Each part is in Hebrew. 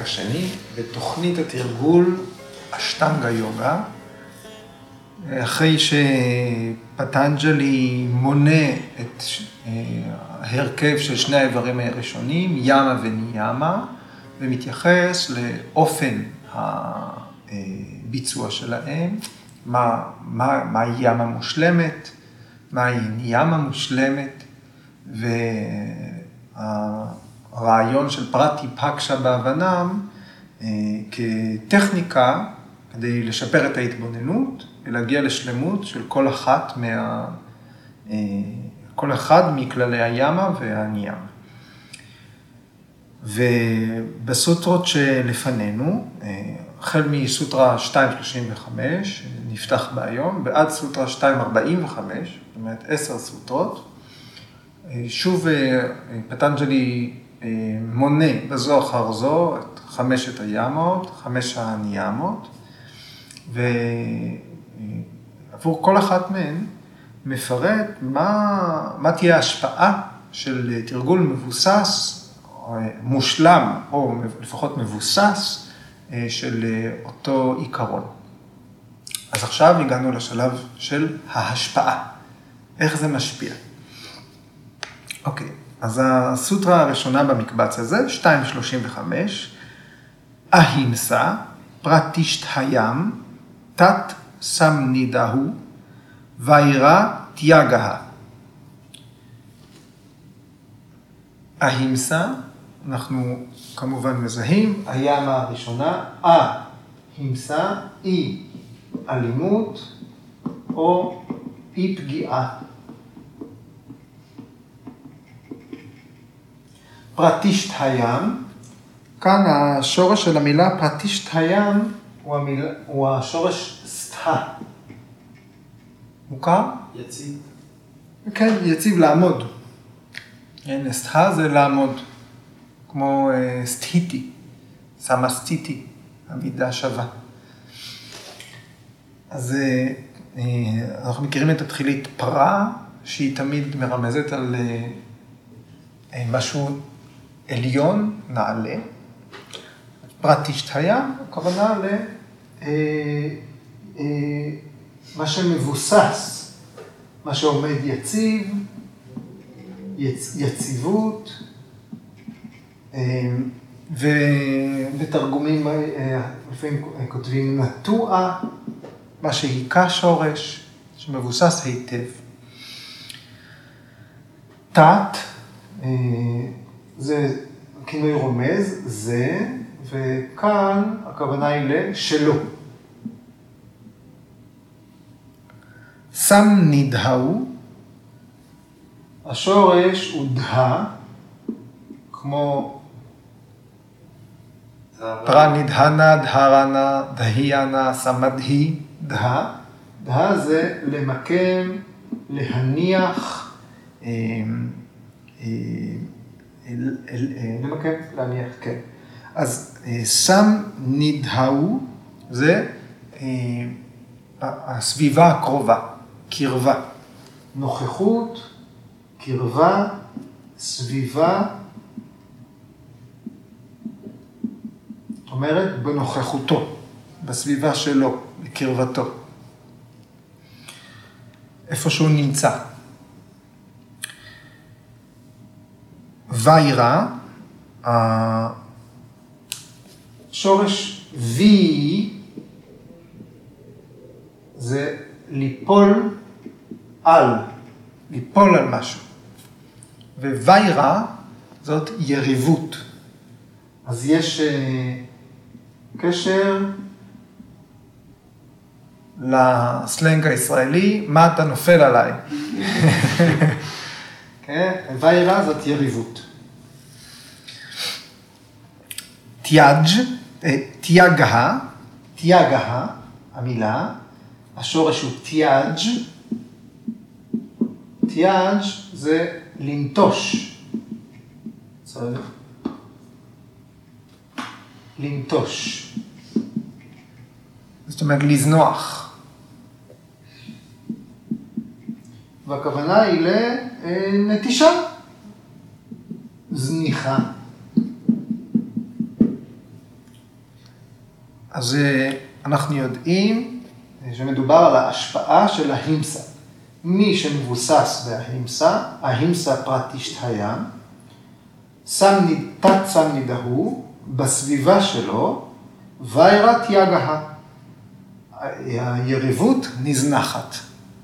השני בתוכנית התרגול אשטנגה יוגה, אחרי שפטנג'לי מונה את ההרכב של שני האיברים הראשונים, ימה וניאמה, ומתייחס לאופן הביצוע שלהם, מהי ימה מושלמת, מהי ניאמה מושלמת, והרעיון של פרטי פקשה בהבנם כטכניקה כדי לשפר את ההתבוננות ולהגיע לשלמות של כל אחד מכללי הימה והניאמה. ובסוטרות שלפנינו, החל מסוטרה 235, נפתח בהיום, ועד סוטרה 245, זאת אומרת 10 סוטרות, שוב פטנג'לי מונה בזו אחר זו את 5 הימות, 5 הניאמות, ועבור כל אחת מהן מפרט מה תהיה ההשפעה של תרגול מבוסס, מושלם, או לפחות מבוסס, של אותו עיקרון. אז עכשיו הגענו לשלב של ההשפעה. איך זה משפיע? אוקיי, אז הסוטרה הראשונה במקבץ הזה, 235, אהימסה, פרטישתהיים, תת סמנידהו, ויירה תיאגה. אהימסה, אנחנו כמובן מזהים, הימה הראשונה, אהימסה, אי אלימות או אי פגיעה. פרטישתהיים, כאן השורש של המילה פרטישתהיים הוא השורש סתה. מוכר? יציב. כן, יציב לעמוד. סתה זה לעמוד, כמו סתיתי, סמסתיתי, עמידה שווה. אז אנחנו מכירים את התחילית פרה, שהיא תמיד מרמזת על משהו עליון, נעלה. פרטישתהיים, הכוונה מה שמבוסס, מה שעומד יציב, יציבות, ובתרגומים לפעמים כותבים נטוע, מה שהיקה שורש, שמבוסס היטב. תת, זה כינוי רומז, זה, וכאן הכוונה היא לשלו. סם נדהו, השורש הוא דה, כמו פרה נדהנה, דהרנה, דהיאנה, סמדהי, דה. דה זה למקם, להניח, למקם, להניח, כן. אז סם נדהו זה הסביבה הקרובה, קרבה. נוכחות, קרבה, סביבה, זאת אומרת בנוכחותו, בסביבה שלו, בקרבתו. איפה שהוא נמצא. ויירה, השורש וי זה ליפול על משהו. וויירה זאת יריבות. אז יש קשר לסלנג הישראלי, מה אתה נופל עליי? ויירה זאת יריבות. תיאגה, המילה, השורש הוא תיאג'. תיאג' זה לנטוש. צריך לנטוש. זאת אומרת לזנוח. והכוונה היא לנטישה. זניחה. אז אנחנו יודעים שמדובר על ההשפעה של ההימסה. מי שמבוסס בהימסה, ההימסה פרטישתהיה, תת סמנידהו, בסביבה שלו, ויירת יגה. היריבות נזנחת.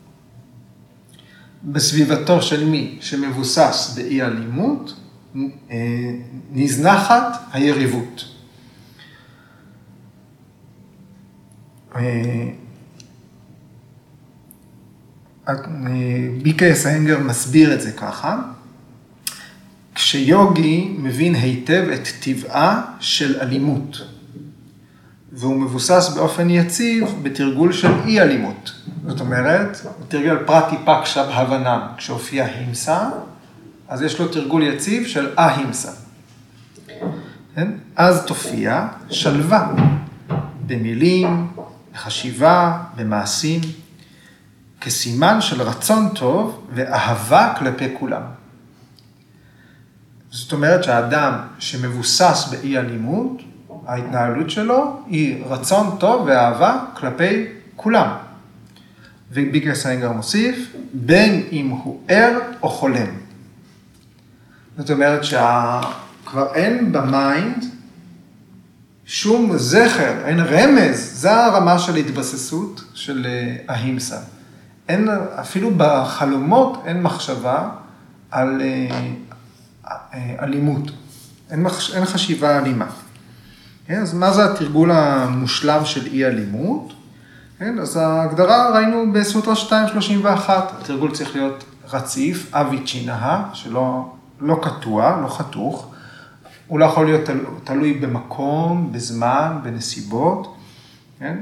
בסביבתו של מי שמבוסס באי אלימות, נזנחת היריבות. ביקייס איינגר מסביר את זה ככה, כשיוגי מבין היטב את טבעה של אלימות, והוא מבוסס באופן יציב בתרגול של אי אלימות. זאת אומרת, תרגל פרטי פקשה בהבנה, כשהופיע הימסה, אז יש לו תרגול יציב של ההימסה. כן? אז תופיע שלווה, במילים, בחשיבה, במעשים, כסימן של רצון טוב ואהבה כלפי כולם. זאת אומרת שהאדם שמבוסס באי אלימות, ההתנהלות שלו היא רצון טוב ואהבה כלפי כולם. וביקייס איינגר מוסיף, בין אם הוא ער או חולם. זאת אומרת שכבר אין במיינד שום זכר, אין רמז, זה הרמה של התבססות של ההימסה. אין, אפילו בחלומות אין מחשבה על אלימות, אין חשיבה אלימה. כן, אז מה זה התרגול המושלם של אי אלימות? כן, אז ההגדרה ראינו בסוטרה 2.31, התרגול צריך להיות רציף, אביצ'ינהה, שלא קטוע, לא חתוך, הוא לא יכול להיות תלוי במקום, בזמן, בנסיבות, כן?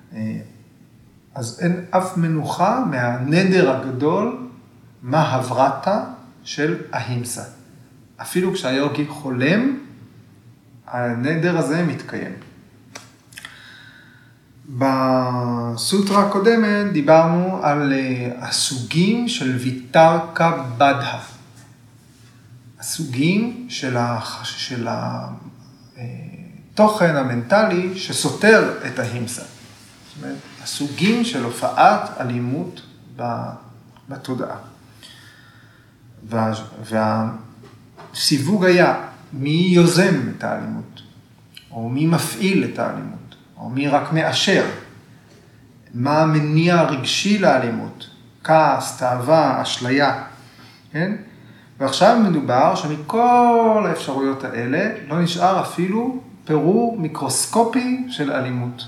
אז אין אף מנוחה מהנדר הגדול, מה הברתה של ההימסה. אפילו כשהיוגי חולם, הנדר הזה מתקיים. בסוטרה הקודמת דיברנו על הסוגים של ויתרקה בדהה. הסוגים של התוכן המנטלי שסותר את ההימסה. זאת אומרת, הסוגים של הופעת אלימות בתודעה. והסיווג היה מי יוזם את האלימות, או מי מפעיל את האלימות, או מי רק מאשר, מה המניע הרגשי לאלימות, כעס, תאווה, אשליה, כן? ועכשיו מדובר שמכל האפשרויות האלה לא נשאר אפילו פירור מיקרוסקופי של אלימות.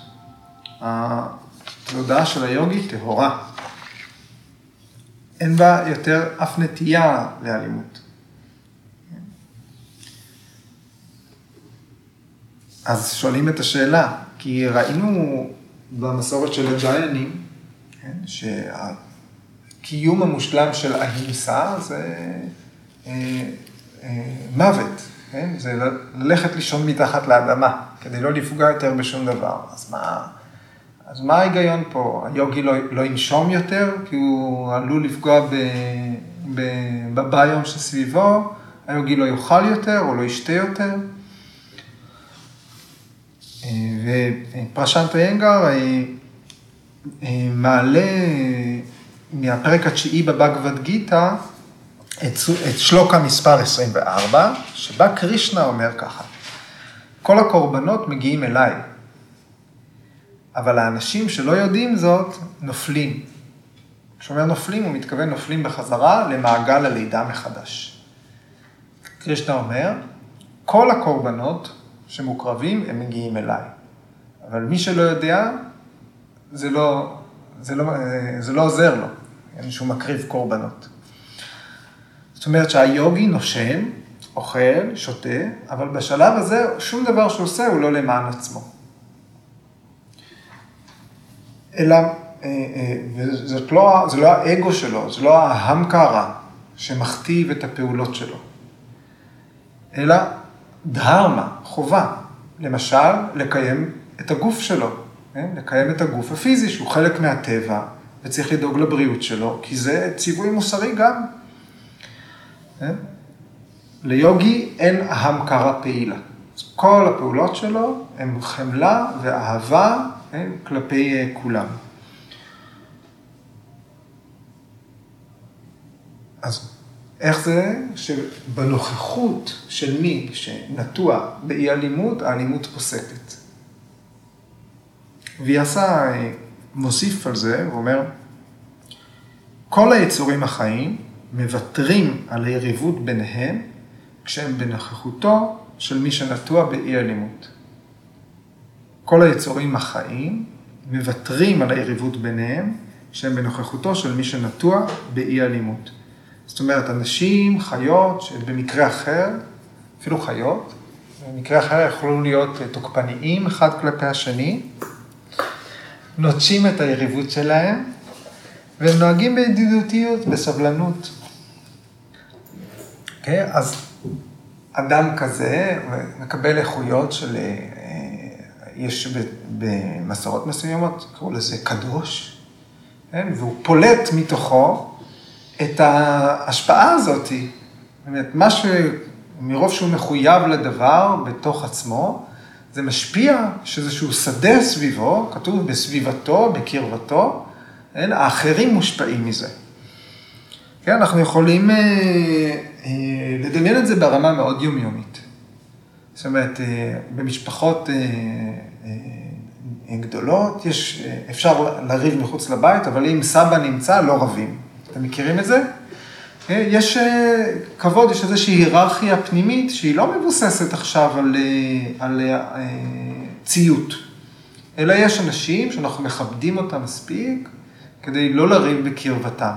התודעה של היוגי טהורה. אין בה יותר אף נטייה לאלימות. אז שואלים את השאלה, כי ראינו במסורת של הג'יינים, שהקיום המושלם של ההימסה זה מוות, זה ללכת לישון מתחת לאדמה, כדי לא לפגוע יותר בשום דבר. אז מה ההיגיון פה? היוגי לא ינשום יותר, כי הוא עלול לפגוע בביום שסביבו, היוגי לא יאכל יותר או לא ישתה יותר. ופרשנטה איינגר מעלה מהפרק התשיעי בבגבד גיטה את שלוקה מספר 24, שבה קרישנה אומר ככה, כל הקורבנות מגיעים אליי, אבל האנשים שלא יודעים זאת נופלים. כשאומר נופלים, הוא מתכוון נופלים בחזרה למעגל הלידה מחדש. קרישנה אומר, כל הקורבנות שמוקרבים הם מגיעים אליי, אבל מי שלא יודע, זה לא עוזר לו, אין שהוא מקריב קורבנות. זאת אומרת שהיוגי נושם, אוכל, שותה, אבל בשלב הזה שום דבר שהוא עושה הוא לא למען עצמו. אלא, זה לא האגו שלו, זה לא ההמקרה שמכתיב את הפעולות שלו, אלא דהרמה, חובה, למשל, לקיים את הגוף שלו, לקיים את הגוף הפיזי, שהוא חלק מהטבע, וצריך לדאוג לבריאות שלו, כי זה ציווי מוסרי גם. ליוגי אין ההמקרה פעילה. כל הפעולות שלו הן חמלה ואהבה כלפי כולם. אז איך זה שבנוכחות של מי שנטוע באי אלימות, האלימות פוסקת? ויעשה מוסיף על זה, הוא אומר, כל היצורים החיים מוותרים על היריבות ביניהם, כשהם בנוכחותו של מי שנטוע באי אלימות. כל היצורים החיים מוותרים על היריבות ביניהם, כשהם בנוכחותו של מי שנטוע באי אלימות. זאת אומרת, אנשים, חיות, שבמקרה אחר, אפילו חיות, במקרה אחר יכולו להיות תוקפניים אחד כלפי השני, נוטשים את היריבות שלהם, והם נוהגים בידידותיות, בסבלנות. אוקיי? אז אדם כזה מקבל איכויות של, יש במסורות מסוימות, קראו לזה קדוש, והוא פולט מתוכו את ההשפעה הזאת. באמת, מרוב שהוא מחויב לדבר בתוך עצמו, זה משפיע שאיזשהו שדה סביבו, כתוב בסביבתו, בקרבתו, האחרים מושפעים מזה. כן, אנחנו יכולים לדמיין את זה ברמה מאוד יומיומית. זאת אומרת, במשפחות גדולות, אפשר לריב מחוץ לבית, אבל אם סבא נמצא, לא רבים. אתם מכירים את זה? יש כבוד, יש איזושהי היררכיה פנימית, שהיא לא מבוססת עכשיו על ציות, אלא יש אנשים שאנחנו מכבדים אותם מספיק, כדי לא לריב בקרבתם.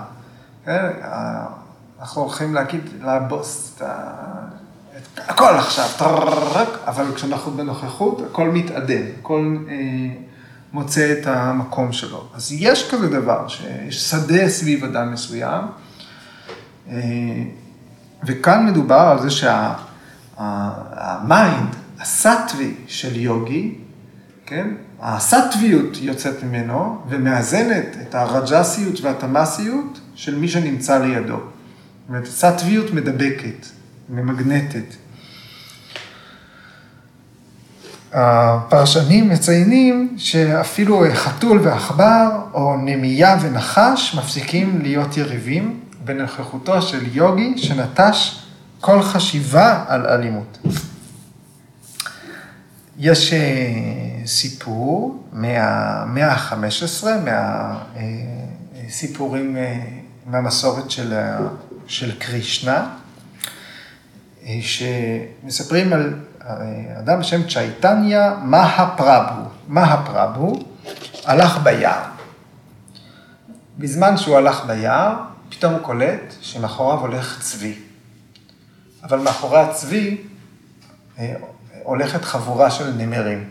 אנחנו הולכים להגיד לבוס, הכל עכשיו, אבל כשאנחנו בנוכחות, הכל מתעדן, הכל מוצא את המקום שלו. אז יש כזה דבר, שיש שדה סביב אדם מסוים, וכאן מדובר על זה שהמיינד, הסטווי של יוגי, כן? הסטוויות יוצאת ממנו ומאזנת את הרג'סיות והתמסיות של מי שנמצא לידו. זאת אומרת, סטוויות מדבקת, ממגנטת. הפרשנים מציינים שאפילו חתול ועכבר או נמיה ונחש מפסיקים להיות יריבים בנוכחותו של יוגי שנטש כל חשיבה על אלימות. יש סיפור מהמאה ה-15, מהסיפורים מהמסורת של קרישנה, שמספרים על אדם בשם צ'ייטניה מהפרבהו. מהפרבהו הלך ביער. בזמן שהוא הלך ביער, פתאום הוא קולט שמאחוריו הולך צבי. אבל מאחורי הצבי הולכת חבורה של נמרים.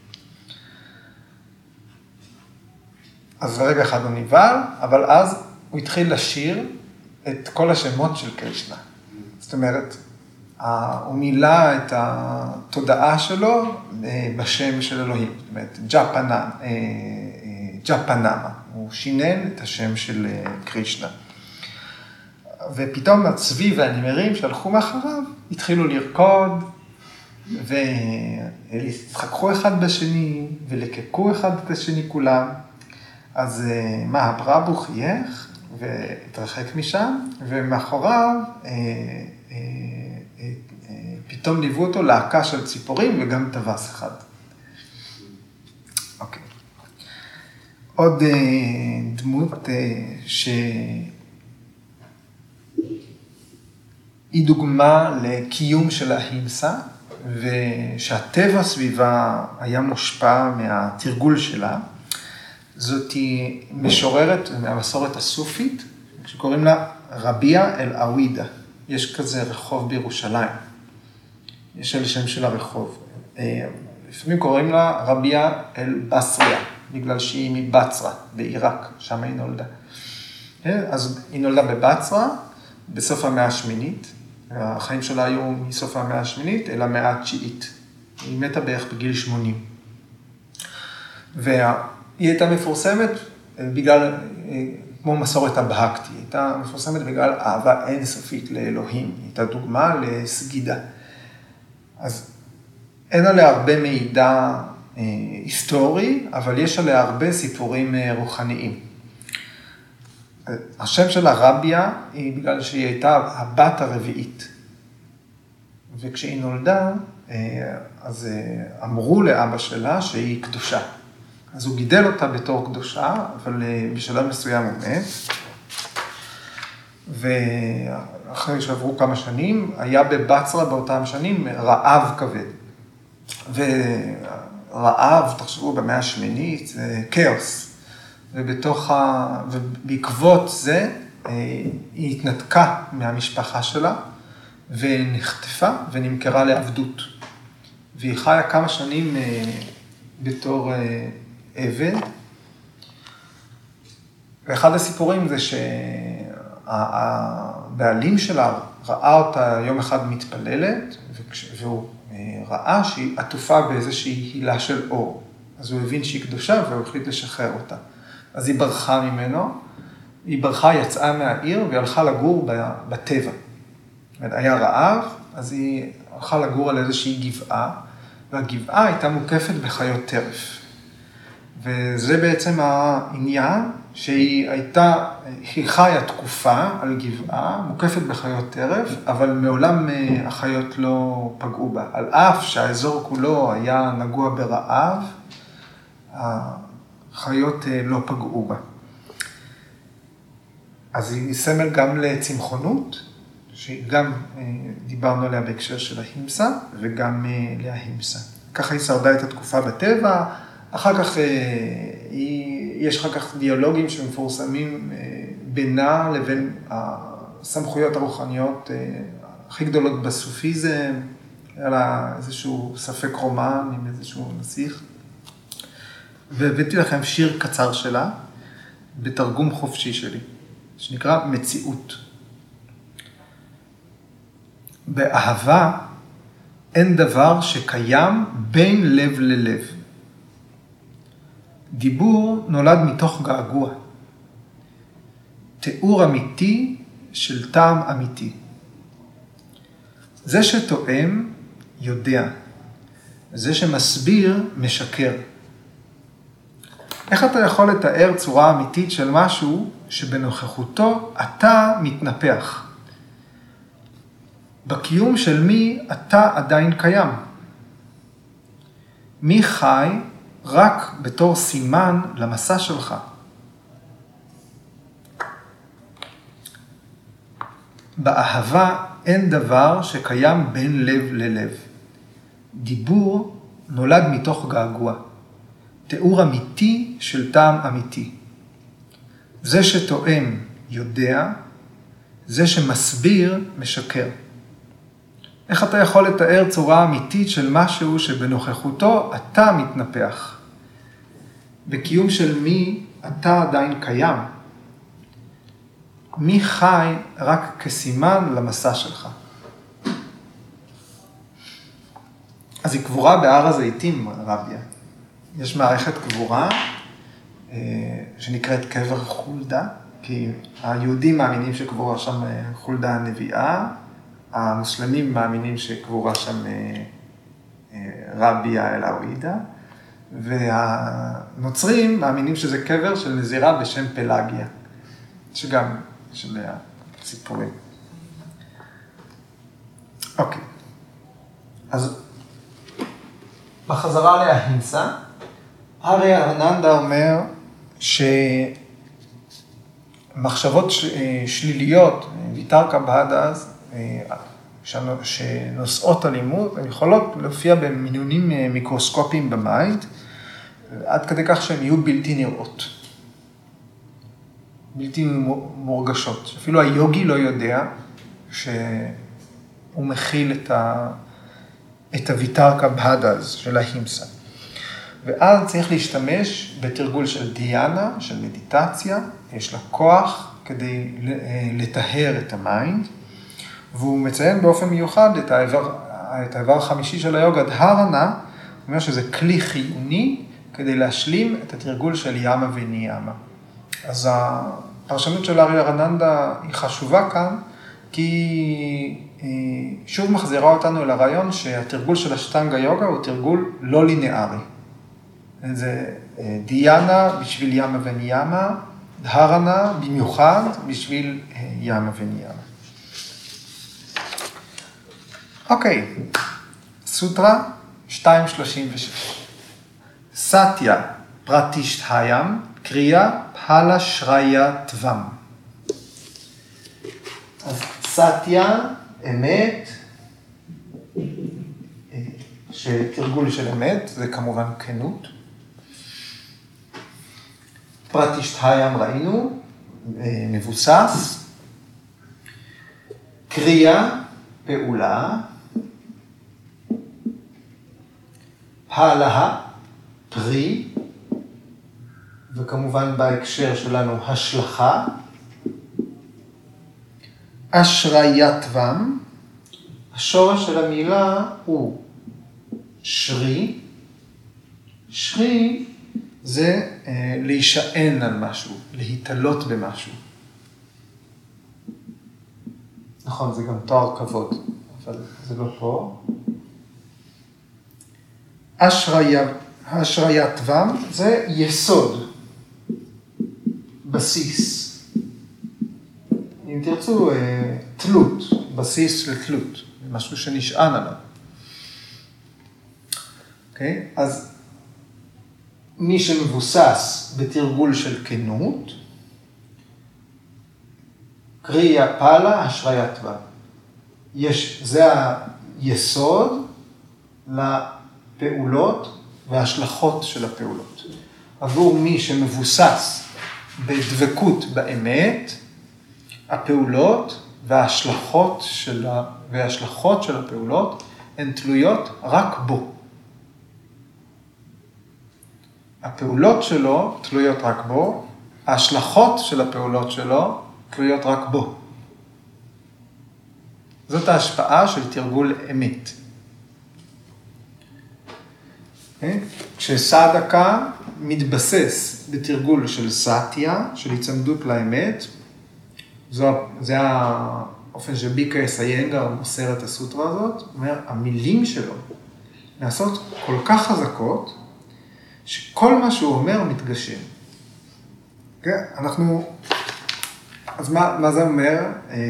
אז לרגע אחד הוא נבהל, אבל אז הוא התחיל לשיר את כל השמות של קרישנה. זאת אומרת, הוא מילא את התודעה שלו בשם של אלוהים. זאת אומרת, ג'פנמה. הוא שינן את השם של קרישנה. ופתאום הצבי והנמרים שהלכו מאחריו התחילו לרקוד, והתחככו אחד בשני, ולקקו אחד את השני כולם. אז מהפרבהו חייך והתרחק משם, ומאחוריו פתאום ליוו אותו להקה של ציפורים וגם טווס אחד. אוקיי. עוד דמות שהיא דוגמה לקיום של ההימסה, ושהטבע סביבה היה מושפע מהתרגול שלה. זאת היא משוררת מהמסורת הסופית, שקוראים לה רביע אל עווידה. יש כזה רחוב בירושלים. יש על שם של הרחוב. לפעמים קוראים לה רביע אל בסריה, בגלל שהיא מבצרה, בעיראק, שם היא נולדה. אז היא נולדה בבצרה, בסוף המאה השמינית. החיים שלה היו מסוף המאה השמינית אל המאה התשיעית. היא מתה בערך בגיל 80. והיא הייתה מפורסמת בגלל, כמו מסורת הבהקתי, היא הייתה מפורסמת בגלל אהבה אינסופית לאלוהים. היא הייתה דוגמה לסגידה. אז אין עליה הרבה מידע היסטורי, אבל יש עליה הרבה סיפורים רוחניים. השם שלה רביה היא בגלל שהיא הייתה הבת הרביעית. וכשהיא נולדה, אז אמרו לאבא שלה שהיא קדושה. אז הוא גידל אותה בתור קדושה, אבל בשלב מסוים הוא מת. ואחרי שעברו כמה שנים, היה בבצרה באותם שנים רעב כבד. ורעב, תחשבו, במאה השמינית, זה כאוס. ובעקבות זה, היא התנתקה מהמשפחה שלה, ונחטפה ונמכרה לעבדות. והיא חיה כמה שנים בתור עבד. ואחד הסיפורים זה שהבעלים שלה ראה אותה יום אחד מתפללת, והוא ראה שהיא עטופה באיזושהי הילה של אור. אז הוא הבין שהיא קדושה והוא החליט לשחרר אותה. אז היא ברחה ממנו, היא ברחה, יצאה מהעיר והיא הלכה לגור בטבע. היה רעב, אז היא הלכה לגור על איזושהי גבעה, והגבעה הייתה מוקפת בחיות טרף. וזה בעצם העניין שהיא חיה תקופה על גבעה, מוקפת בחיות טרף, אבל מעולם החיות לא פגעו בה. על אף שהאזור כולו היה נגוע ברעב, החיות לא פגעו בה. אז היא סמל גם לצמחונות, שגם דיברנו עליה בהקשר של ההימסה, וגם להימסה. ככה היא שרדה את התקופה בטבע, אחר כך יש אחר כך דיאלוגים שמפורסמים בינה לבין הסמכויות הרוחניות הכי גדולות בסופיזם, היה לה איזשהו ספק רומן עם איזשהו נסיך. והבאתי לכם שיר קצר שלה, בתרגום חופשי שלי, שנקרא מציאות. באהבה אין דבר שקיים בין לב ללב. דיבור נולד מתוך געגוע. תיאור אמיתי של טעם אמיתי. זה שתואם יודע. זה שמסביר משקר. איך אתה יכול לתאר צורה אמיתית של משהו שבנוכחותו אתה מתנפח? בקיום של מי אתה עדיין קיים? מי חי רק בתור סימן למסע שלך? באהבה אין דבר שקיים בין לב ללב. דיבור נולד מתוך געגוע. תיאור אמיתי של טעם אמיתי. זה שתואם יודע, זה שמסביר משקר. איך אתה יכול לתאר צורה אמיתית של משהו שבנוכחותו אתה מתנפח? בקיום של מי אתה עדיין קיים? מי חי רק כסימן למסע שלך? אז היא קבורה בהר הזיתים, רביה. יש מערכת קבורה שנקראת קבר חולדה, כי היהודים מאמינים שקבורה שם חולדה הנביאה, המוסלמים מאמינים שקבורה שם רביה אלאוידה, והנוצרים מאמינים שזה קבר של נזירה בשם פלגיה, שגם יש עליה סיפורים. אוקיי, אז בחזרה להימסה, ארי ארננדה אומר שמחשבות שליליות, ויתרקה בהדאז, שנושאות אלימות, הן יכולות להופיע במינונים מיקרוסקופיים במיינד, עד כדי כך שהן יהיו בלתי נראות, בלתי מורגשות. אפילו היוגי לא יודע שהוא מכיל את הוויתרקה בהדאז של ההימסה. ואז צריך להשתמש בתרגול של דיאנה, של מדיטציה, יש לה כוח כדי לטהר את המיינד, והוא מציין באופן מיוחד את האיבר החמישי של היוגה, דהרנה, הוא אומר שזה כלי חיוני כדי להשלים את התרגול של ימה וניאמה. אז הפרשנות של ארי ארננדה היא חשובה כאן, כי שוב מחזירה אותנו לרעיון שהתרגול של אשטנגה יוגה הוא תרגול לא לינארי. זה דיאנה בשביל ימה וניימה, דהרנה במיוחד בשביל ימה וניימה. אוקיי, סוטרה 236. סטיה פרטישטהיים, קריאה פהלה שריה טבם. אז סטיה, אמת, שתרגול של אמת, זה כמובן כנות. פרטישטהיים ראינו, מבוסס. קריאה, פעולה. פעלה, פרי, וכמובן בהקשר שלנו השלכה. אשרייתvam, השורש של המילה הוא שרי. שרי זה להישען על משהו, להתעלות במשהו. נכון, זה גם תואר כבוד, אבל זה לא פה. אשרייתvam זה יסוד, בסיס. אם תרצו, תלות, בסיס לתלות, משהו שנשען עליו. אוקיי? אז מי שמבוסס בתרגול של כנות, קריאה פאלה אשרייתvam. זה היסוד לפעולות וההשלכות של הפעולות. עבור מי שמבוסס בדבקות באמת, הפעולות וההשלכות של הפעולות הן תלויות רק בו. הפעולות שלו תלויות רק בו, ההשלכות של הפעולות שלו תלויות רק בו. זאת ההשפעה של תרגול אמת. כשסדקה מתבסס בתרגול של סטיה, של הצמדות לאמת, זה האופן שביקרס איינגר מוסר את הסוטרה הזאת, אומר, המילים שלו נעשות כל כך חזקות, שכל מה שהוא אומר מתגשם. אז מה זה אומר?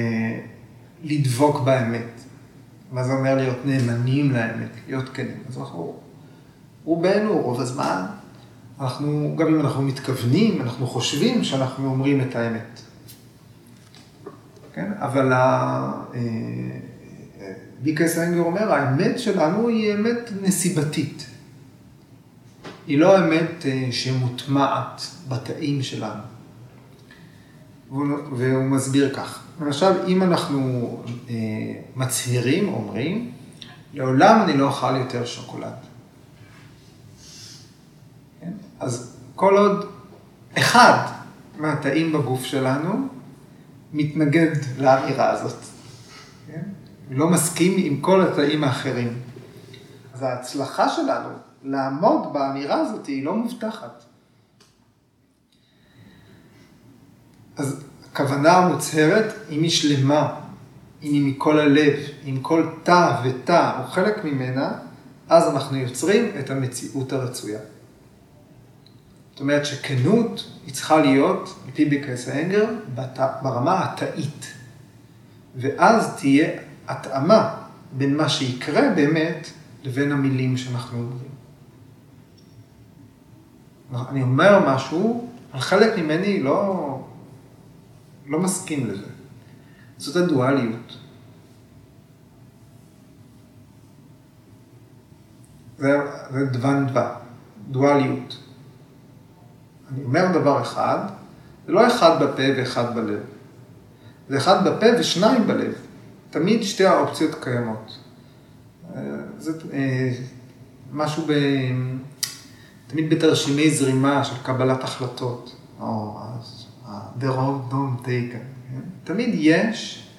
לדבוק באמת. מה זה אומר להיות נאמנים לאמת, להיות כנים. אז רובנו, רוב הזמן, גם אם אנחנו מתכוונים, אנחנו חושבים שאנחנו אומרים את האמת. כן? אבל ביקרס איינגר אומר, האמת שלנו היא אמת נסיבתית. היא לא אמת שמוטמעת בתאים שלנו. והוא מסביר כך. למשל, אם אנחנו מצהירים, אומרים, לעולם אני לא אוכל יותר שוקולד. כן? אז כל עוד אחד מהתאים בגוף שלנו מתנגד לאמירה הזאת. כן? לא מסכים עם כל התאים האחרים. אז ההצלחה שלנו לעמוד באמירה הזאת היא לא מובטחת. אז הכוונה המוצהרת, אם היא שלמה, אם היא מכל הלב, אם כל תא ותא הוא חלק ממנה, אז אנחנו יוצרים את המציאות הרצויה. זאת אומרת שכנות היא צריכה להיות, לפי ביקרס איינגר, ברמה התאית. ואז תהיה התאמה בין מה שיקרה באמת לבין המילים שאנחנו אומרים. אני אומר משהו, על חלק ממני לא מסכים לזה. זאת הדואליות. זה דואליות. אני אומר דבר אחד, זה לא אחד בפה ואחד בלב. זה אחד בפה ושניים בלב. תמיד שתי האופציות קיימות. זה משהו תמיד בתרשימי זרימה של קבלת החלטות. The road don't take. תמיד יש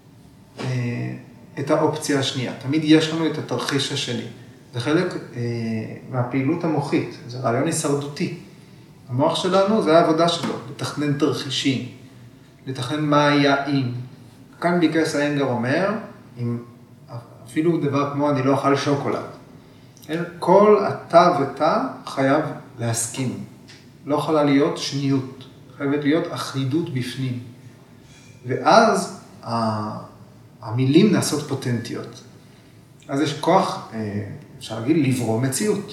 את האופציה השנייה. תמיד יש לנו את התרחיש השני. זה חלק מהפעילות המוחית. זה רעיון הישרדותי. המוח שלנו זה העבודה שלו, לתכנן תרחישים, לתכנן מה היה אם. כאן ביקרס איינגר אומר, אפילו דבר כמו אני לא אוכל שוקולד. כל התא ותא חייב להסכים. לא יכולה להיות שניות, חייבת להיות אחידות בפנים. ואז המילים נעשות פוטנטיות. אז יש כוח, אפשר להגיד, לברוא מציאות.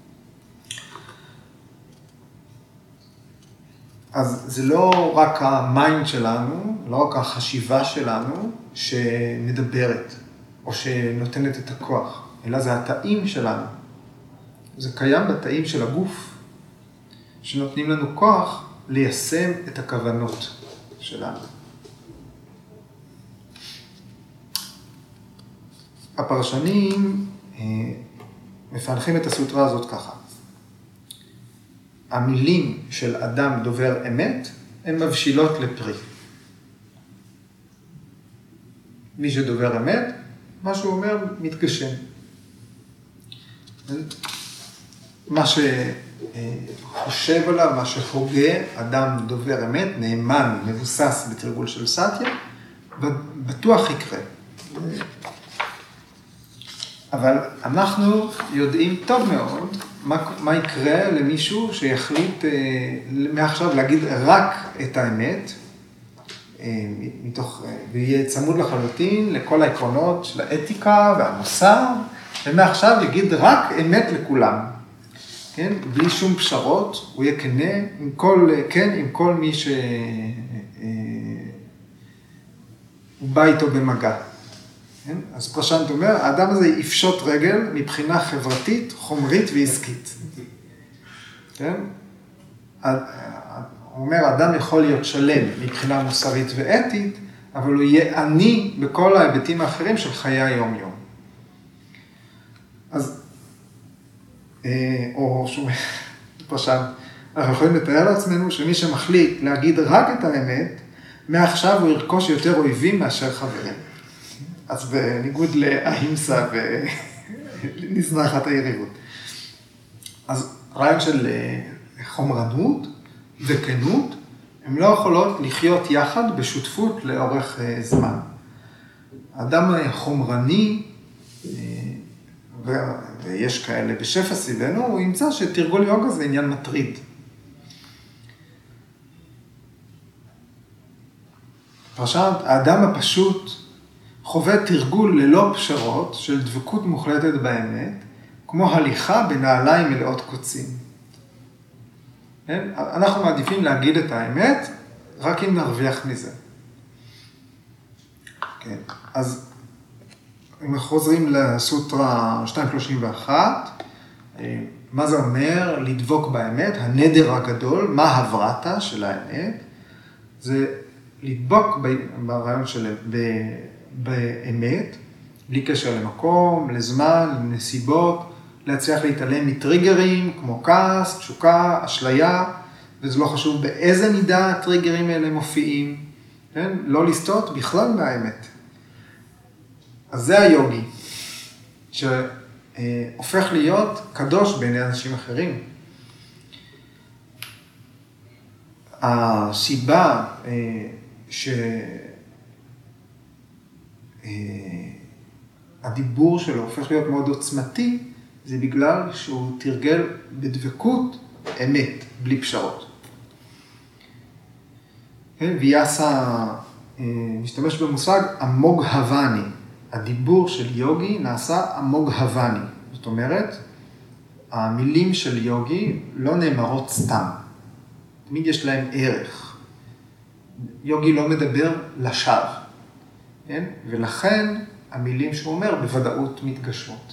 אז זה לא רק המיינד שלנו, לא רק החשיבה שלנו שמדברת, או שנותנת את הכוח, אלא זה התאים שלנו. זה קיים בתאים של הגוף, שנותנים לנו כוח ליישם את הכוונות שלנו. הפרשנים מפענחים את הסוטרה הזאת ככה. המילים של אדם דובר אמת, הן מבשילות לפרי. מי שדובר אמת, מה שהוא אומר מתגשם. מה שחושב עליו, מה שהוגה, אדם דובר אמת, נאמן, מבוסס בתרגול של סטיה, בטוח יקרה. אבל אנחנו יודעים טוב מאוד מה יקרה למישהו שיחליט מעכשיו להגיד רק את האמת, ויהיה צמוד לחלוטין לכל העקרונות של האתיקה והמוסר, ומעכשיו יגיד רק אמת לכולם, כן? בלי שום פשרות, הוא יהיה כן עם כל מי שהוא בא איתו במגע. כן? אז פרשנט אומר, האדם הזה יפשוט רגל מבחינה חברתית, חומרית ועסקית. כן? הוא אומר, אדם יכול להיות שלם מבחינה מוסרית ואתית, אבל הוא יהיה עני בכל ההיבטים האחרים של חיי היום-יום. אז, או שוב, פרשנט, אנחנו יכולים לתאר לעצמנו שמי שמחליט להגיד רק את האמת, מעכשיו הוא ירכוש יותר אויבים מאשר חברים. אז בניגוד להימסה ונזנחת היריבות. אז רעיון של חומרנות וכנות, הן לא יכולות לחיות יחד בשותפות לאורך זמן. האדם חומרני, ויש כאלה בשפע סביבנו, הוא ימצא שתרגול יוגה זה עניין מטריד. פרשת, האדם הפשוט חווה תרגול ללא פשרות של דבקות מוחלטת באמת, כמו הליכה בנעליים מלאות קוצים. אנחנו מעדיפים להגיד את האמת, רק אם נרוויח מזה. כן. אז אם אנחנו חוזרים לסוטרה 231, מה זה אומר לדבוק באמת, הנדר הגדול, מה הברטה של האמת, זה לדבוק ברעיון של באמת, בלי קשר למקום, לזמן, לנסיבות, להצליח להתעלם מטריגרים כמו כעס, תשוקה, אשליה, וזה לא חשוב באיזה מידה הטריגרים האלה מופיעים, כן? לא לסטות בכלל מהאמת. אז זה היוגי, שהופך להיות קדוש בעיני אנשים אחרים. הסיבה שהדיבור שלו הופך להיות מאוד עוצמתי, זה בגלל שהוא תרגל בדבקות אמת, בלי פשרות. ויאסה משתמש במושג המוג הווני. הדיבור של יוגי נעשה המוג הווני. זאת אומרת, המילים של יוגי לא נאמרות סתם. תמיד יש להם ערך. יוגי לא מדבר לשווא. כן? ולכן המילים שהוא אומר בוודאות מתגשמות.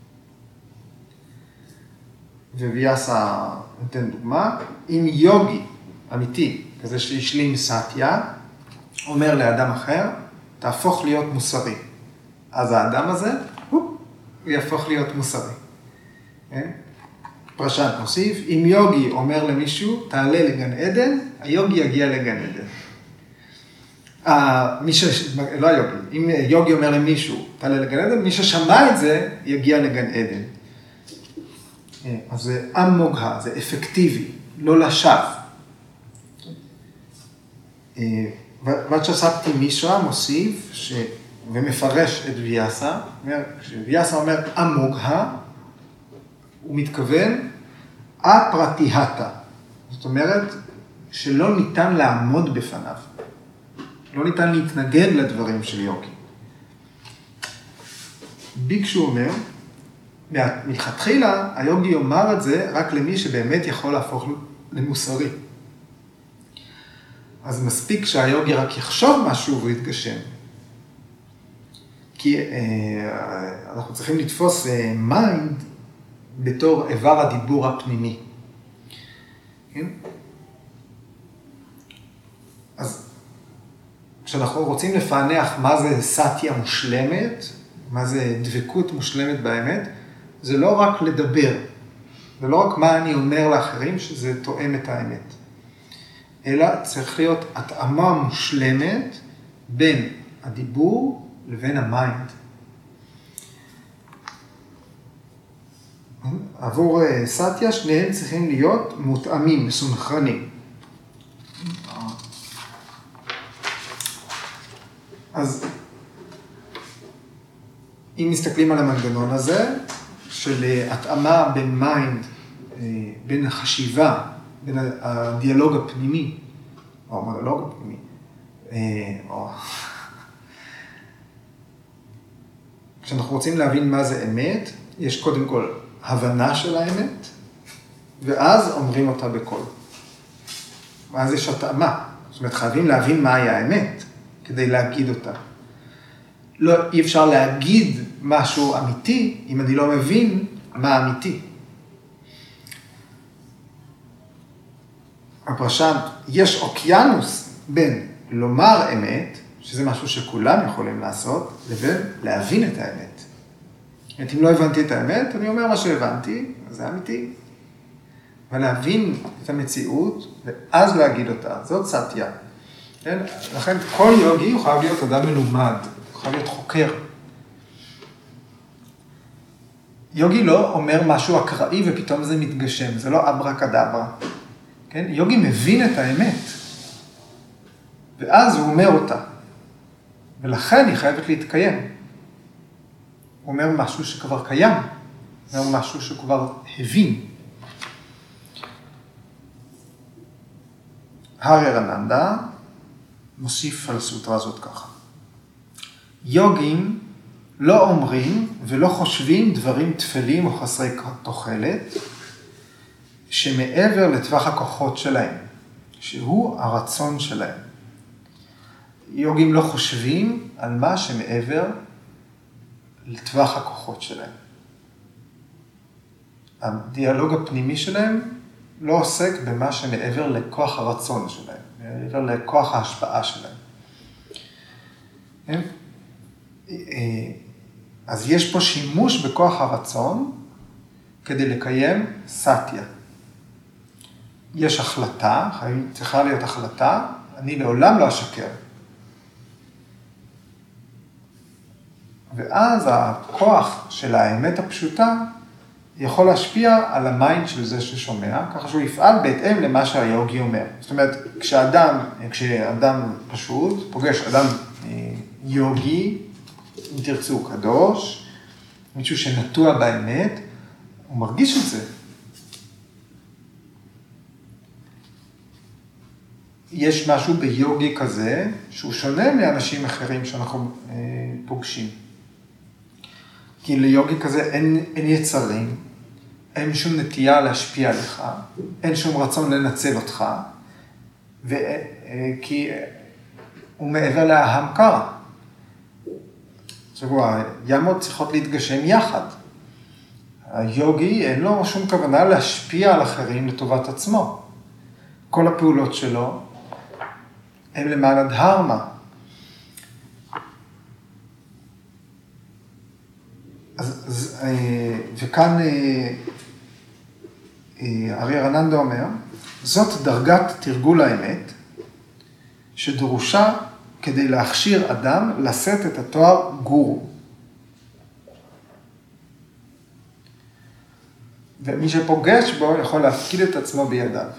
וויאסה נותן דוגמה, אם יוגי אמיתי, כזה שהשלים סטיה, אומר לאדם אחר, תהפוך להיות מוסרי. אז האדם הזה, הוא יהפוך להיות מוסרי. פרשת מוסיף, אם יוגי אומר למישהו, תעלה לגן עדן, היוגי יגיע לגן עדן. לא היוגי, אם יוגי אומר למישהו, תעלה לגן עדן, מי ששמע את זה, יגיע לגן עדן. אז זה אמוגה, זה אפקטיבי, לא לשווא. ואצ'סקטי מישרה מוסיף ומפרש את ויאסה, כשוויאסה אומר אמוגה, הוא מתכוון אפרטיהתה. זאת אומרת שלא ניתן לעמוד בפניו. לא ניתן להתנגד לדברים של יוגי. ביקשו אומר, מלכתחילה היוגי יאמר את זה רק למי שבאמת יכול להפוך למוסרי. אז מספיק שהיוגי רק יחשוב משהו והוא יתגשם. כי אנחנו צריכים לתפוס מיינד בתור איבר הדיבור הפנימי. כן? אז כשאנחנו רוצים לפענח מה זה סאטיה מושלמת, מה זה דבקות מושלמת באמת, זה לא רק לדבר, זה לא רק מה אני אומר לאחרים שזה תואם את האמת, אלא צריך להיות התאמה מושלמת בין הדיבור לבין המיינד. עבור סאטיה שניהם צריכים להיות מותאמים, מסונכרנים. אז אם מסתכלים על המנגנון הזה, של התאמה בין מיינד, בין החשיבה, בין הדיאלוג הפנימי, או המונולוג הפנימי, כשאנחנו רוצים להבין מה זה אמת, יש קודם כל הבנה של האמת, ואז אומרים אותה בקול. ואז יש התאמה. זאת אומרת, חייבים להבין מהי האמת, כדי להגיד אותה. לא, אי אפשר להגיד משהו אמיתי, אם אני לא מבין מה אמיתי. הפרשן, יש אוקיינוס בין לומר אמת, שזה משהו שכולם יכולים לעשות, לבין להבין את האמת. זאת אומרת, אם לא הבנתי את האמת, אני אומר מה שהבנתי, אז זה אמיתי. ולהבין את המציאות, ואז להגיד אותה. זאת סאטיה. כן? לכן כל יוגי הוא חייב להיות אדם מלומד, הוא חייב להיות חוקר. יוגי לא אומר משהו אקראי ופתאום זה מתגשם, זה לא אברקדברה. כן? יוגי מבין את האמת, ואז הוא אומר אותה. ולכן היא חייבת להתקיים. הוא אומר משהו שכבר קיים, הוא אומר משהו שכבר הבין. הרי רננדה מוסיף על הסוטרה הזאת ככה. יוגים לא אומרים ולא חושבים דברים תפלים או חסרי תוחלת, שמעבר לטווח הכוחות שלהם, שהוא הרצון שלהם. יוגים לא חושבים על מה שמעבר לטווח הכוחות שלהם. הדיאלוג הפנימי שלהם לא עוסק במה שמעבר לכוח הרצון שלהם, מעבר לכוח ההשפעה שלהם. אז יש פה שימוש בכוח הרצון כדי לקיים סאטיה. יש החלטה, צריכה להיות החלטה, אני לעולם לא אשקר. ואז הכוח של האמת הפשוטה יכול להשפיע על המיינד של זה ששומע, ככה שהוא יפעל בהתאם למה שהיוגי אומר. זאת אומרת, כשאדם פשוט פוגש אדם יוגי, אם תרצו קדוש, מישהו שנטוע באמת, הוא מרגיש את זה. יש משהו ביוגי כזה, שהוא שונה מאנשים אחרים שאנחנו פוגשים. כי ליוגי כזה אין יצרים, אין שום נטייה להשפיע עליך, אין שום רצון לנצל אותך, כי הוא מעבר להמקרה. עכשיו, הימות צריכות להתגשם יחד. היוגי אין לו שום כוונה להשפיע על אחרים לטובת עצמו. כל הפעולות שלו הם למען הדהרמה. וכאן ארי רננדה אומר, זאת דרגת תרגול האמת, שדרושה כדי להכשיר אדם לשאת את התואר גורו. ומי שפוגש בו יכול להפקיד את עצמו בידיו.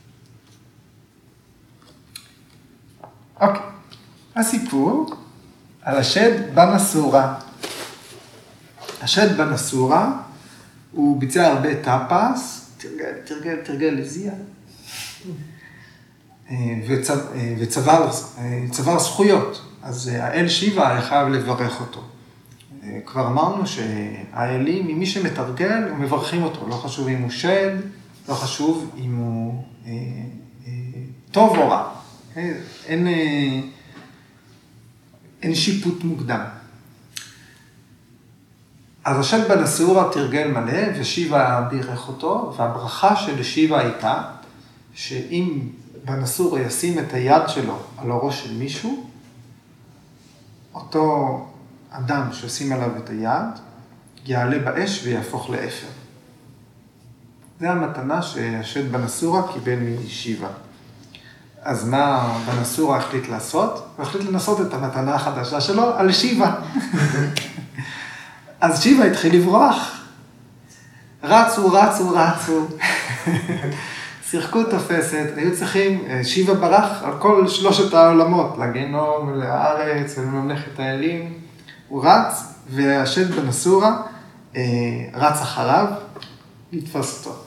אוקיי, הסיפור על השד בנסורה. השד בנסורה, הוא ביצע הרבה טאפס, תרגל לזיע, וצבר זכויות. אז האל שיבה היה חייב לברך אותו. כבר אמרנו שהאלים, ממי שמתרגל, הם מברכים אותו. לא חשוב אם הוא שד, לא חשוב אם הוא טוב או רע. אין שיפוט מוקדם. אז השד בנסורה תרגל מלא, ושיבה בירך אותו, והברכה של שיבה הייתה, שאם בנסורה ישים את היד שלו על הראש של מישהו, אותו אדם שעושים עליו את היד, יעלה באש ויהפוך לאפר. זה המתנה שהשד בנסורה קיבל משיבה. אז מה בנסורה החליט לעשות? הוא החליט לנסות את המתנה החדשה שלו על שיבה. אז שיבה התחיל לברוח. רצו. שיחקו תופסת, היו צריכים, שיבה ברח על כל שלושת העולמות, לגנום, לארץ ולממלכת האלים. הוא רץ, והשד בנסורה רץ אחריו, לתפוס אותו.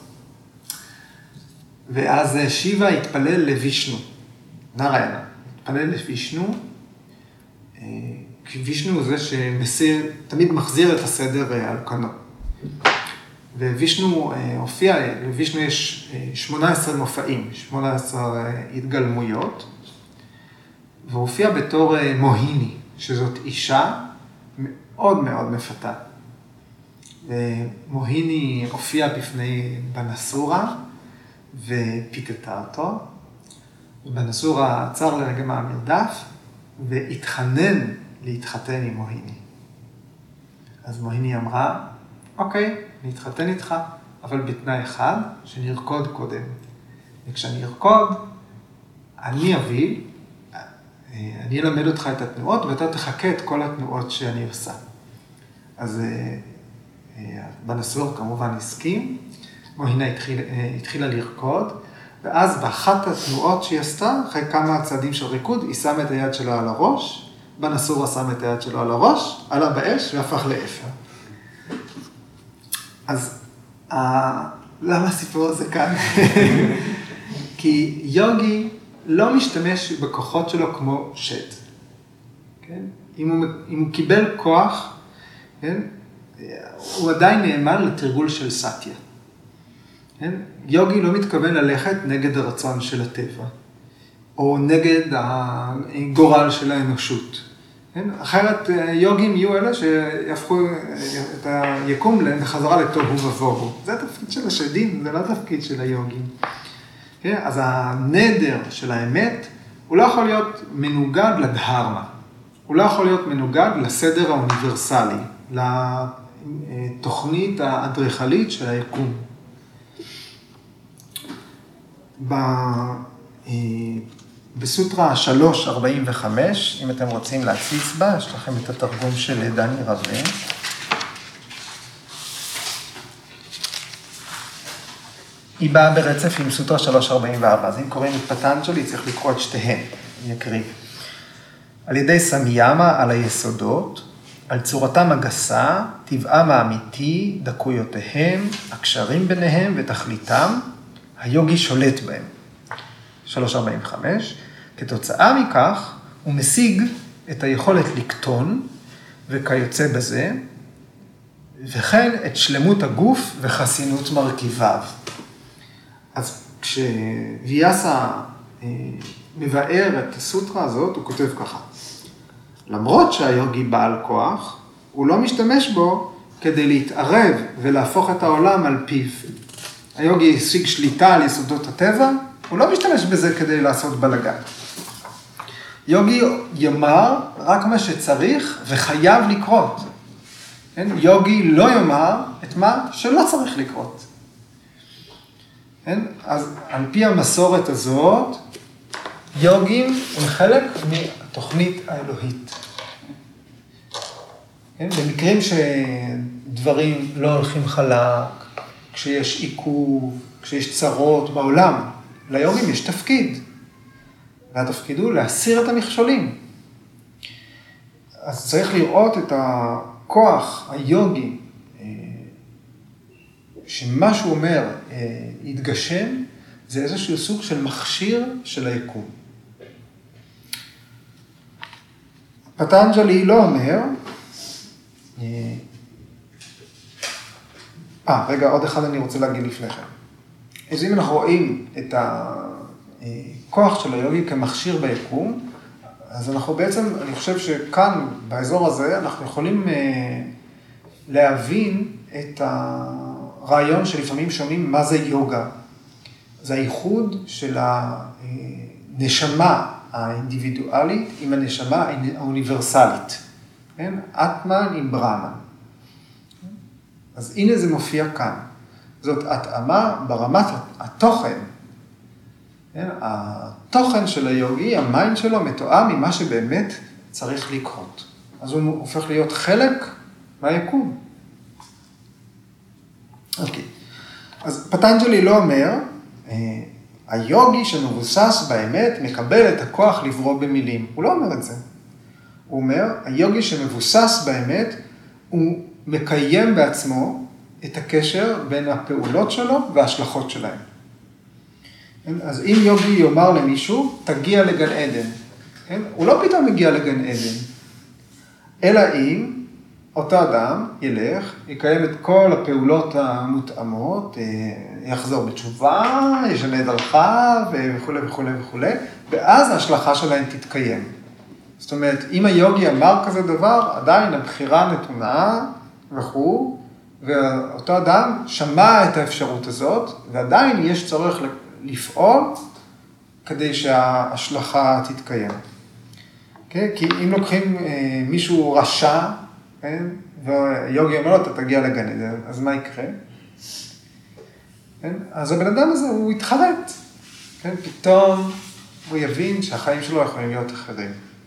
ואז שיבה התפלל לוישנו, נריינה, התפלל לוישנו, כי וישנו הוא זה שמסיר, תמיד מחזיר את הסדר על כנו. ווישנו הופיע, לוישנו יש 18 מופעים, 18 התגלמויות, והוא הופיע בתור מוהיני, שזאת אישה מאוד מאוד מפתה. ומוהיני הופיע בפני בנסורה, ופיתתה אותו, ובנסורה עצר לרגע מהמרדף, והתחנן להתחתן עם מוהיני. אז מוהיני אמרה, אוקיי, נתחתן איתך, אבל בתנאי אחד, שנרקוד קודם. וכשאני ארקוד, אני אלמד אותך את התנועות, ואתה תחכה את כל התנועות שאני עושה. אז בנסורה כמובן הסכים, מוהינה התחילה לרקוד, ואז באחת התנועות שהיא עשתה, אחרי כמה צעדים של ריקוד, היא שמה את היד שלה על הראש, בנסורה שם את היד שלו על הראש, עלה באש והפך לאפר. אז למה הסיפור הזה כאן? כי יוגי לא משתמש בכוחות שלו כמו שד. כן? אם הוא קיבל כוח, כן? הוא עדיין נאמן לתרגול של סטיה. כן? יוגי לא מתכוון ללכת נגד הרצון של הטבע, או נגד הגורל של האנושות. כן? אחרת יוגים יהיו אלה שיהפכו את היקום בחזרה לתוהו ובוהו. זה התפקיד של השדים, זה לא התפקיד של היוגים. כן? אז הנדר של האמת, הוא לא יכול להיות מנוגד לדהרמה. הוא לא יכול להיות מנוגד לסדר האוניברסלי, לתוכנית האדריכלית של היקום. בסוטרה 345, אם אתם רוצים להציץ בה, יש לכם את התרגום של דני רווה. היא באה ברצף עם סוטרה 344, אז אם קוראים את פטנג'לי, צריך לקרוא את שתיהן, אני אקריא. על ידי סמיאמה על היסודות, על צורתם הגסה, טבעם האמיתי, דקויותיהם, הקשרים ביניהם ותכליתם, היוגי שולט בהם. 345, כתוצאה מכך הוא משיג את היכולת לקטון וכיוצא בזה, וכן את שלמות הגוף וחסינות מרכיביו. אז כשוויאסה מבאר את הסוטרה הזאת, הוא כותב ככה. למרות שהיוגי בעל כוח, הוא לא משתמש בו כדי להתערב ולהפוך את העולם על פיו. היוגי השיג שליטה על יסודות הטבע, הוא לא משתמש בזה כדי לעשות בלגן. יוגי יאמר רק מה שצריך וחייב לקרות. כן? יוגי לא יאמר את מה שלא צריך לקרות. כן? אז על פי המסורת הזאת, יוגים הם חלק מהתוכנית האלוהית. כן? במקרים שדברים לא הולכים חלק, כשיש עיכוב, כשיש צרות בעולם, ליוגים יש תפקיד. והתפקיד הוא להסיר את המכשולים. אז צריך לראות את הכוח היוגי, שמה שהוא אומר יתגשם, זה איזשהו סוג של מכשיר של היקום. פטנג'לי לא אומר, רגע, עוד אחד אני רוצה להגיד לפני כן. אז אם אנחנו רואים את הכוח של היוגי כמכשיר ביקום, אז אנחנו בעצם, אני חושב שכאן, באזור הזה, אנחנו יכולים להבין את הרעיון שלפעמים שומעים מה זה יוגה. זה הייחוד של הנשמה האינדיבידואלית עם הנשמה האוניברסלית. כן? אטמן עם ברהמן. אז הנה זה מופיע כאן. זאת התאמה ברמת התוכן. כן? התוכן של היוגי, המיינד שלו מתואם ממה שבאמת צריך לקרות. אז הוא הופך להיות חלק מהיקום. אוקיי. אז פטנג'לי לא אומר, היוגי שמבוסס באמת מקבל את הכוח לברוא במילים. הוא לא אומר את זה. הוא אומר, היוגי שמבוסס באמת, הוא מקיים בעצמו את הקשר בין הפעולות שלו וההשלכות שלהם. אז אם יוגי יאמר למישהו, תגיע לגן עדן. הוא לא פתאום מגיע לגן עדן, אלא אם אותו אדם ילך, יקיים את כל הפעולות המותאמות, יחזור בתשובה, ישנה את דרכיו וכו' וכו' וכו', ואז ההשלכה שלהם תתקיים. זאת אומרת, אם היוגי אמר כזה דבר, עדיין הבחירה נתונה וכו', ואותו אדם שמע את האפשרות הזאת, ועדיין יש צורך לפעול כדי שההשלכה תתקיים. Okay? כי אם לוקחים מישהו רשע, כן? ויוגי אומר לו, אתה תגיע לגן עדן, אז מה יקרה? כן? אז הבן אדם הזה, הוא יתחרט. כן? פתאום הוא יבין שהחיים שלו יכולים להיות אחרים.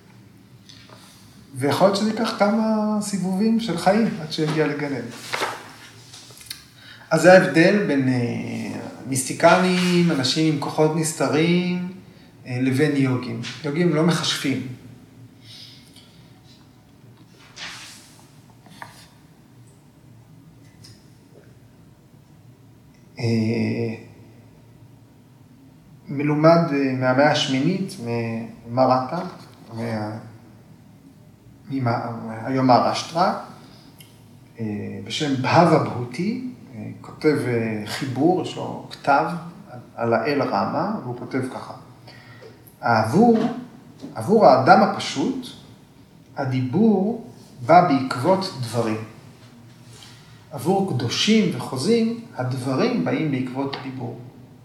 ויכול להיות שזה ייקח כמה סיבובים של חיים עד שיגיע לגן עדן. אז זה ההבדל בין מיסטיקנים, אנשים עם כוחות נסתרים, לבין יוגים. יוגים לא מחשבים. מלומד מהמאה השמינית, ממראטה, היום מהרשטרה, בשם בהווה בהותי, כותב חיבור, יש לו כתב על האל רמה, והוא כותב ככה. עבור האדם הפשוט, הדיבור בא בעקבות דברים. עבור קדושים וחוזים, הדברים באים בעקבות דיבור.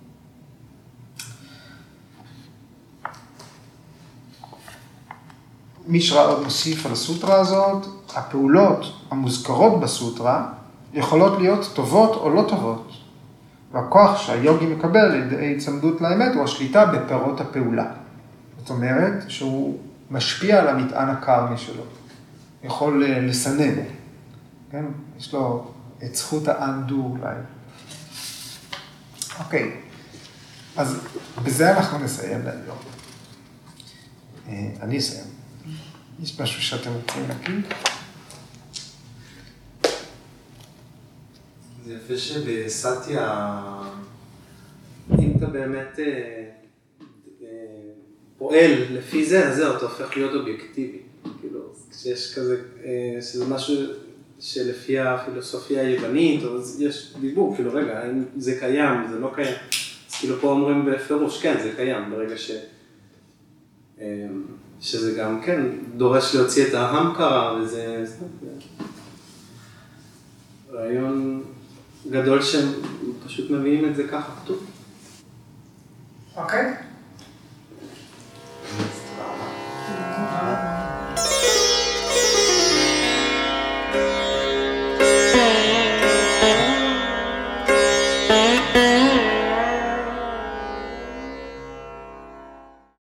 מישרא עוד מוסיף על הסוטרה הזאת, הפעולות המוזכרות בסוטרה יכולות להיות טובות או לא טובות. והכוח שהיוגי מקבל על ידי צמדות לאמת הוא השליטה בפירות הפעולה. זאת אומרת שהוא משפיע על המטען הקרמי שלו. יכול לסנן. כן? יש לו את זכות האנדו אולי. אוקיי. אז בזה אנחנו נסיים להיום. אני אסיים. יש משהו שאתם רוצים להגיד? זה יפה שבסטיה, אם אתה באמת פועל לפי זה, אז זהו, אתה הופך להיות אובייקטיבי. כאילו, כשיש כזה, שזה משהו שלפי הפילוסופיה היוונית, אז יש דיבור, כאילו, רגע, האם זה קיים, זה לא קיים. אז כאילו פה אומרים בפירוש, כן, זה קיים, ברגע שזה גם, כן, דורש להוציא את ההמקרה, וזה רעיון גדול שהם פשוט מביאים את זה ככה כתוב. אוקיי.